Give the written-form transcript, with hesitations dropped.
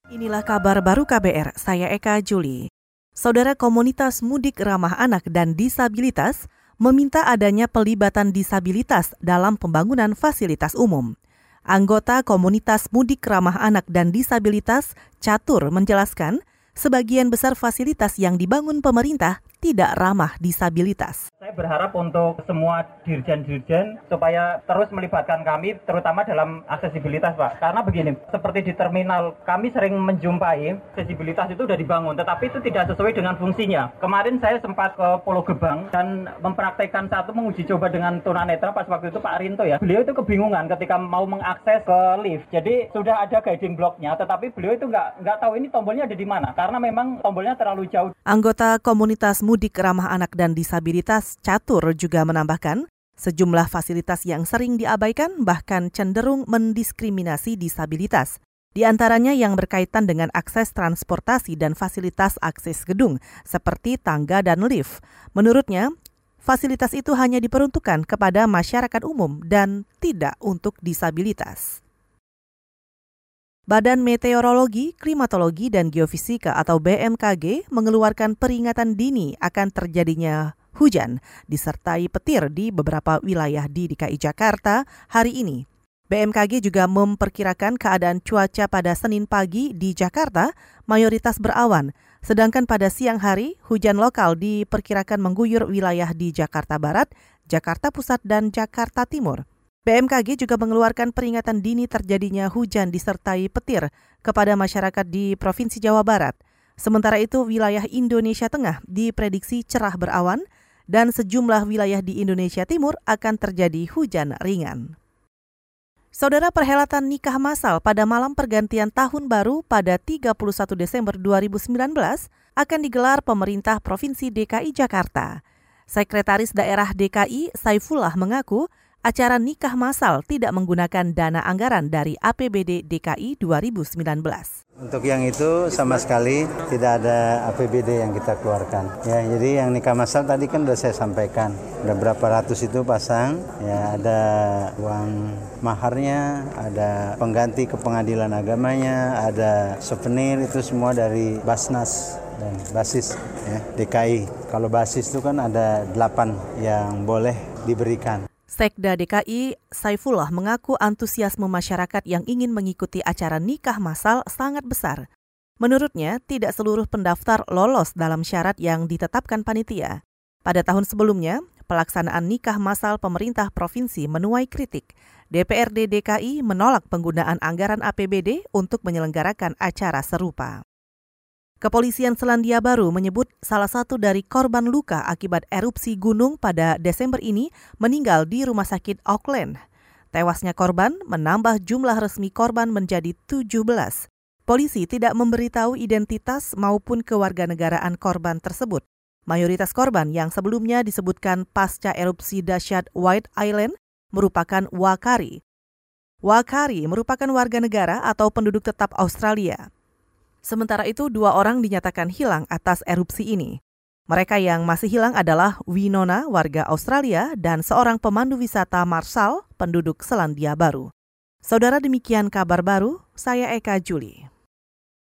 Inilah kabar baru KBR, saya Eka Juli. Saudara, komunitas mudik ramah anak dan disabilitas meminta adanya pelibatan disabilitas dalam pembangunan fasilitas umum. Anggota komunitas mudik ramah anak dan disabilitas, Catur, menjelaskan sebagian besar fasilitas yang dibangun pemerintah tidak ramah disabilitas. Saya berharap untuk semua dirjen-dirjen supaya terus melibatkan kami terutama dalam aksesibilitas, Pak. Karena begini, seperti di terminal kami sering menjumpai aksesibilitas itu sudah dibangun tetapi itu tidak sesuai dengan fungsinya. Kemarin saya sempat ke Pulau Gebang dan mempraktekkan menguji coba dengan tunanetra pas waktu itu Pak Rinto ya. Beliau itu kebingungan ketika mau mengakses ke lift. Jadi sudah ada guiding block-nya tetapi beliau itu nggak tahu ini tombolnya ada di mana karena memang tombolnya terlalu jauh. Anggota komunitas mudik ramah anak dan disabilitas, Catur, juga menambahkan sejumlah fasilitas yang sering diabaikan bahkan cenderung mendiskriminasi disabilitas. Di antaranya yang berkaitan dengan akses transportasi dan fasilitas akses gedung seperti tangga dan lift. Menurutnya, fasilitas itu hanya diperuntukkan kepada masyarakat umum dan tidak untuk disabilitas. Badan Meteorologi, Klimatologi, dan Geofisika atau BMKG mengeluarkan peringatan dini akan terjadinya hujan disertai petir di beberapa wilayah di DKI Jakarta hari ini. BMKG juga memperkirakan keadaan cuaca pada Senin pagi di Jakarta mayoritas berawan, sedangkan pada siang hari hujan lokal diperkirakan mengguyur wilayah di Jakarta Barat, Jakarta Pusat, dan Jakarta Timur. BMKG juga mengeluarkan peringatan dini terjadinya hujan disertai petir kepada masyarakat di Provinsi Jawa Barat. Sementara itu, wilayah Indonesia Tengah diprediksi cerah berawan dan sejumlah wilayah di Indonesia Timur akan terjadi hujan ringan. Saudara, perhelatan nikah massal pada malam pergantian tahun baru pada 31 Desember 2019 akan digelar pemerintah Provinsi DKI Jakarta. Sekretaris Daerah DKI Saifullah mengaku acara nikah massal tidak menggunakan dana anggaran dari APBD DKI 2019. Untuk yang itu sama sekali tidak ada APBD yang kita keluarkan. Ya, jadi yang nikah massal tadi kan sudah saya sampaikan. Ada berapa ratus itu pasang, ya ada uang maharnya, ada pengganti ke pengadilan agamanya, ada souvenir, itu semua dari Basnas dan basis ya, DKI. Kalau basis itu kan ada 8 yang boleh diberikan. Sekda DKI Saifullah mengaku antusiasme masyarakat yang ingin mengikuti acara nikah massal sangat besar. Menurutnya, tidak seluruh pendaftar lolos dalam syarat yang ditetapkan panitia. Pada tahun sebelumnya, pelaksanaan nikah massal pemerintah provinsi menuai kritik. DPRD DKI menolak penggunaan anggaran APBD untuk menyelenggarakan acara serupa. Kepolisian Selandia Baru menyebut salah satu dari korban luka akibat erupsi gunung pada Desember ini meninggal di Rumah Sakit Auckland. Tewasnya korban menambah jumlah resmi korban menjadi 17. Polisi tidak memberitahu identitas maupun kewarganegaraan korban tersebut. Mayoritas korban yang sebelumnya disebutkan pasca erupsi dahsyat White Island merupakan Wakari. Wakari merupakan warga negara atau penduduk tetap Australia. Sementara itu, 2 orang dinyatakan hilang atas erupsi ini. Mereka yang masih hilang adalah Winona, warga Australia, dan seorang pemandu wisata Marshall, penduduk Selandia Baru. Saudara, demikian kabar baru, saya Eka Juli.